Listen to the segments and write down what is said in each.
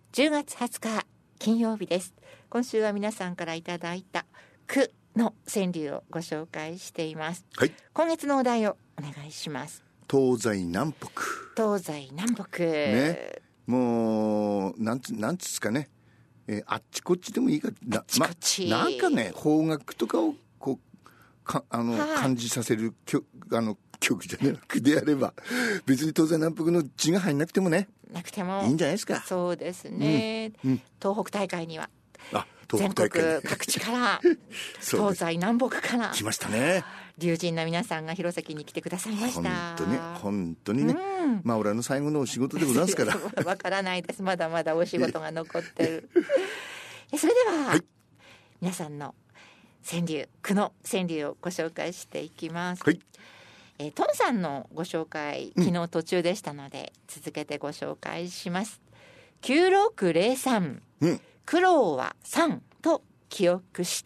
10月20日金曜日です。今週は皆さんからいただいた句の川柳をご紹介しています、 はい、 今月のお題をお願いします。 東西南北、 東西南北、 ね、もうなんつかね、あっちこっちでもいいかあっちこっち、 なんかね方角とかをこう感じさせる曲じゃなくであれば別に東西南北の字が入んなくてもね、 なくてもいいんじゃないですか。 そうですね、東北大会には全国各地から東西南北から来ましたね。 龍神な皆さんが弘前に来てくださいました。 本当にね、まあ俺の最後のお仕事でございますからわからないです。まだまだお仕事が残ってるそれでは、皆さんの川柳、句の川柳をご紹介していきます。トンさんのご紹介昨日途中でしたので、続けてご紹介します。9603、苦労は3と記憶した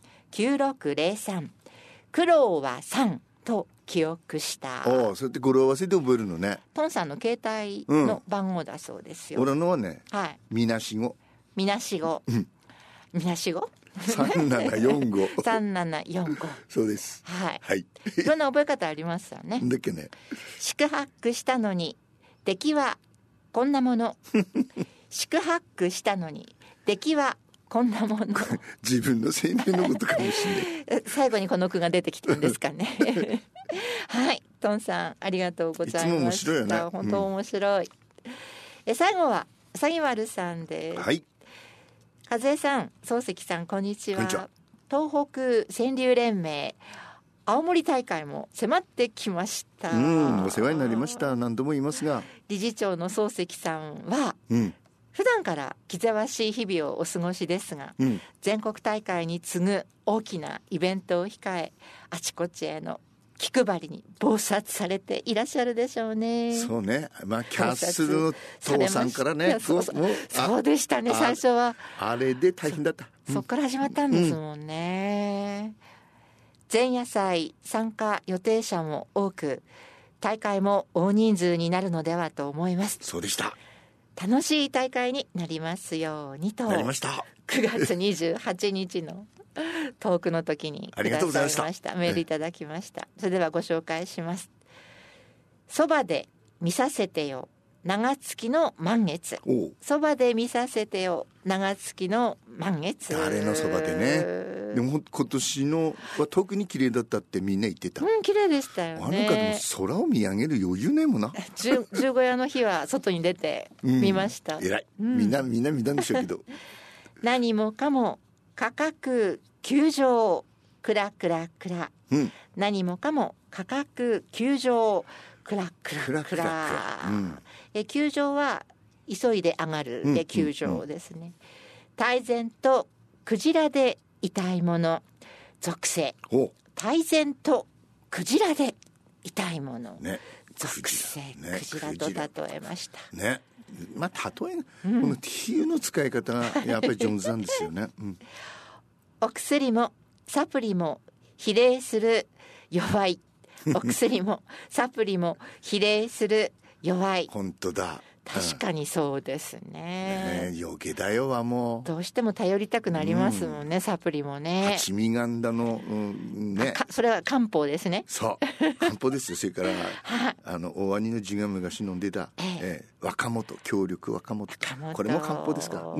。9603、苦労は3と記憶した。 そうやって語呂合わせで覚えるのね。 トンさんの携帯の番号だそうですよ。 俺のはね、みなしごみなしご、みなしご 3745 3745 そうです。 いろんな覚え方ありますよね。 だっけね。 宿泊したのに出来はこんなもの宿泊したのに出来はこんなもの自分の生命のことかもしれない最後にこの句が出てきたんですかねはい、トンさんありがとうございました。 いつも面白いよね。 本当面白い、最後はうさぎ丸さんです。和江さん、漱石さん、こんにちは。東北川柳連盟青森大会も迫ってきました。 お世話になりました。何度も言いますが、 理事長の漱石さんは、普段から気ぜわしい日々をお過ごしですが、全国大会に次ぐ大きなイベントを控え、あちこちへの気配りに忙殺されていらっしゃるでしょうね。 そうね、キャッスルの父さんからね、 そうでしたね。最初はあれで大変だった。 そっから始まったんですもんね。前夜祭参加予定者も多く、大会も大人数になるのではと思います。 そうでした。 楽しい大会になりますようにと。 なりました。 9月28日のトークの時にくださいました。メールいただきました。それではご紹介します。そばで見させてよ長月の満月。そばで見させてよ長月の満月。 誰のそばでね。でも今年のは特に綺麗だったってみんな言ってた。 綺麗でしたよね。 でも空を見上げる余裕ないもんな。 十五夜の日は外に出て見ました。 偉い、みんな見たんでしょうけど何もかも価格急上クラクラクラ、何もかも価格急上クラクラクラ、急上は急いで上がるで急上ですね。大然とクジラで痛いもの属性。大然とクジラで痛いもの、属性、クジラと例えましたね。 まあ例えこの比喩の使い方がやっぱり上手なんですよね。 お薬もサプリも比例する弱い。お薬もサプリも比例する弱い。 本当だ。 確かにそうですね。 余計だよはもうどうしても頼りたくなりますもんね、サプリもね。 八味がんだの、 それは漢方ですね。 そう漢方ですよ。それから大鰐の字が昔飲んでた、若元協力若元、これも漢方ですか。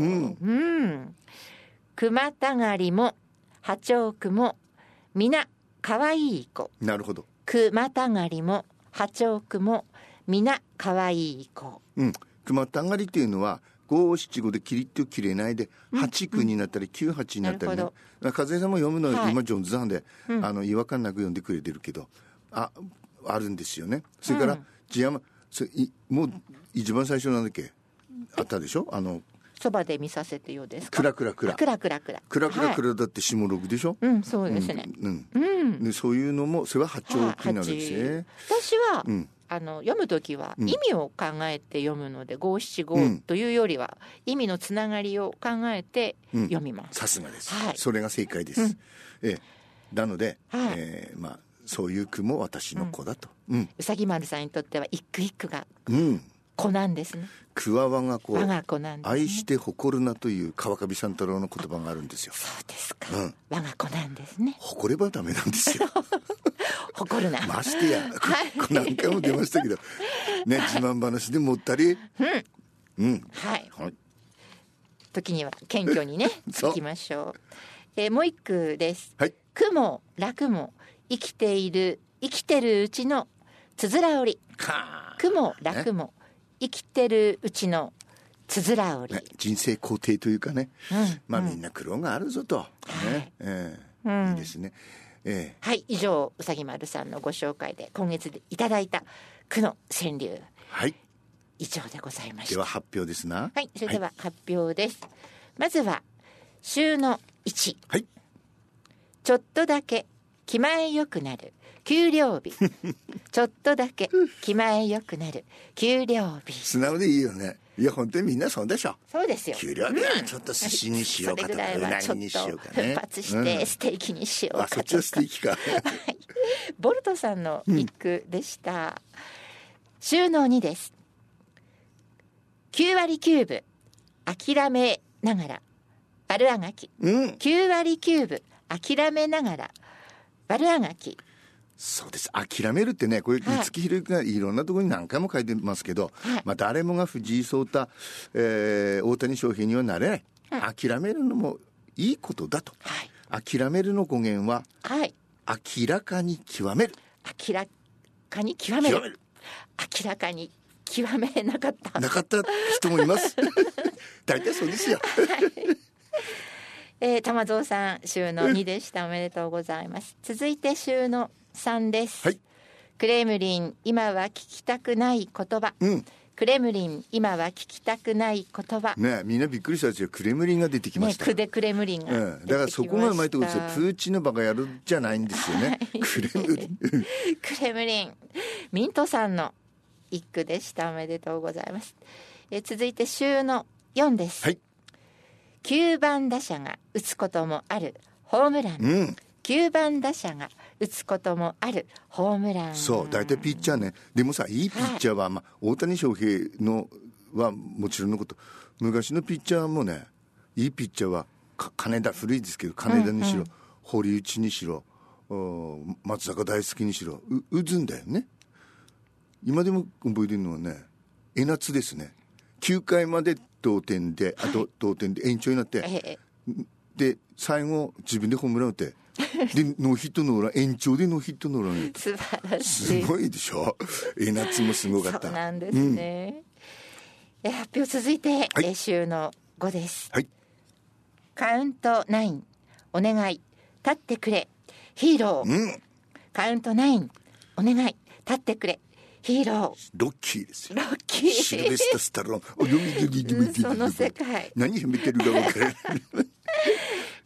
熊たがりも八丁句も皆可愛い子。 なるほど。 熊たがりも八丁句も皆可愛い子。 熊たがりっていうのは五七五でキリッと切れないで八句になったり九八になったりね。和江さんも読むの今上手なんで、違和感なく読んでくれてるけどあるんですよね。それから字山もう一番最初なんだっけあったでしょ。 そばで見させてよですか。 クラクラクラクラクラクラクラクラクラだって下六でしょ。 そうですね。 でそういうのもそれは八丁句になるんですね。 私は読むときは意味を考えて読むので、五七五というよりは意味のつながりを考えて読みます。 さすがです、それが正解です、なので、まあそういう句も私の子だと、 うさぎ丸さんにとっては一句一句が子なんですね。 句は我が子、 我が子なんですね。 愛して誇るなという川上三太郎の言葉があるんですよ。 そうですか、我が子なんですね。 誇ればダメなんですよ誇るな。 ましてや、何回も出ましたけどね、自慢話でもったり、 はい、時には謙虚にねいきましょう。もう一句です。苦も楽も生きてるうちのつづら折り。苦も楽も生きてるうちのつづら折り、 人生肯定というかね、みんな苦労があるぞと、いいですね。 はい、以上うさぎ丸さんのご紹介で今月でいただいた句の川柳、以上でございました。 では発表ですな。 はい、それでは発表です。まずは週の1、ちょっとだけ気前よくなる給料日ちょっとだけ気前よくなる給料日。 素直でいいよね。いや本当にみんなそうでしょ。 そうですよ。 給料日はちょっと寿司にしようかとか、うなぎにしようかね。 奮発してステーキにしようかとか。 そっちはステーキかボルトさんの一句でした。週の2です。9割9分諦めながら悪あがき、9割9分諦めながら悪あがき。 そうです。諦めるってね、これ五木ひろゆきがいろんなところに何回も書いてますけど、誰もが藤井聡太、大谷翔平にはなれない、諦めるのもいいことだと、諦めるの語源は、明らかに極める。 明らかに極める。明らかに極めなかった人もいます大体そうですよ玉蔵さん週の2でした。おめでとうございます。続いて週の3です。クレムリン今は聞きたくない言葉、クレムリン今は聞きたくない言葉ね、みんなびっくりしたんですよ。クレムリンが出てきました、 クレムリンが出てきました、 だからそこがうまいところですよ。プーチンのバカやるじゃないんですよね、クレムリンクレムリンミントさんの一句でした。おめでとうございます。続いて週の4です。9番打者が打つこともあるホームラン、9番打者が打つこともあるホームラン。 そう、大体ピッチャーね。でもさ、いいピッチャーは、大谷翔平のはもちろんのこと、昔のピッチャーもね、いいピッチャーは金田、古いですけど金田にしろ、堀内にしろ、松坂大輔にしろ打つんだよね。今でも覚えてるのはね、江夏ですね。9回まで同点で、同点で延長になって、で最後自分でホームラン打ってでノーヒットノーラン、延長でノーヒットノーラン素晴らしい。 すごいでしょ。江夏もすごかった。 そうなんですね。発表続いて、週の5です。カウント9お願い立ってくれヒーロー、カウント9お願い立ってくれヒーロー。 ロッキーですよ。 ロッキー。 シルベスタ・スタローン。 その世界。 何秘めてるか分からない。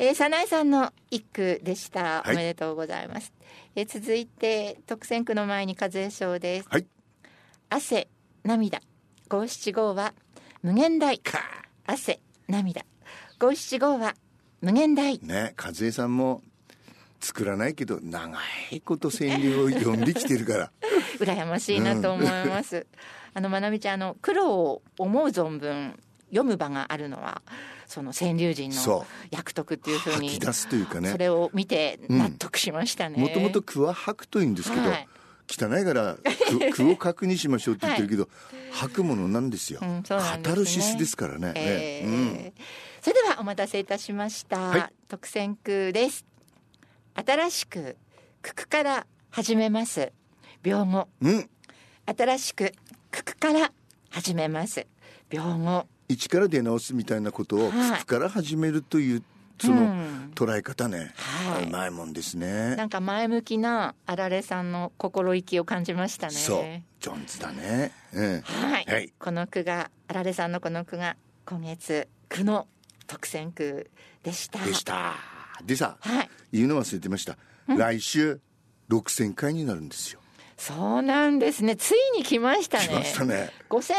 早苗さんの一句でした。おめでとうございます。続いて特選句の前に数え章です。汗涙五七五は無限大。汗涙五七五は無限大。 ね、和江さんも作らないけど長いこと川柳を読んできてるから羨ましいなと思います。まなみちゃん苦労を思う存分読む場があるのはその川柳人の役得っていうふうに吐き出すというかね、 それを見て納得しましたね。 もともと句は吐くというんですけど、汚いから句を書くにしましょうって言ってるけど、吐くものなんですよ、カタルシスですからね。 それではお待たせいたしました、特選句です。新しく九九から始めます病後、新しく九九から始めます病後。 一から出直すみたいなことを九九から始めるというその捉え方ね、うまいもんですね。 なんか前向きなあられさんの心意気を感じましたね。 そう上手だね、 この句があられさんのこの句が今月句の特選句でしたでさ、言うの忘れてました、来週6000回になるんですよ。 そうなんですね。ついに来ましたね。 来ましたね。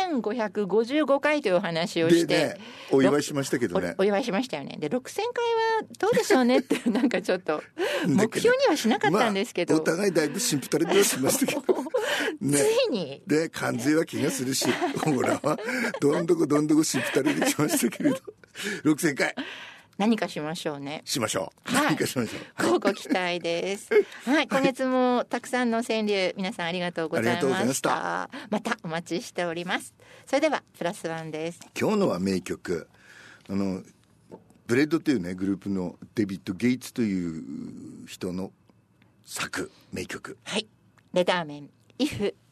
5555回というお話をして、 お祝いしましたけどね。 お祝いしましたよね。で6000回はどうでしょうねってなんかちょっと目標にはしなかったんですけど、 お互いだいぶシンプタレではしましたけどね、 ついにで関税は気がするしほらどんどこしぶたれてきましたけれど6000回何かしましょうね。 しましょう、 はい、 何かしましょう。 乞うご期待です。はい、今月もたくさんの川柳皆さんありがとうございました。またお待ちしております。それではプラスワンです。 今日のは名曲、ブレッドというねグループのデビッド・ゲイツという人の作名曲。 はい、レダーメン If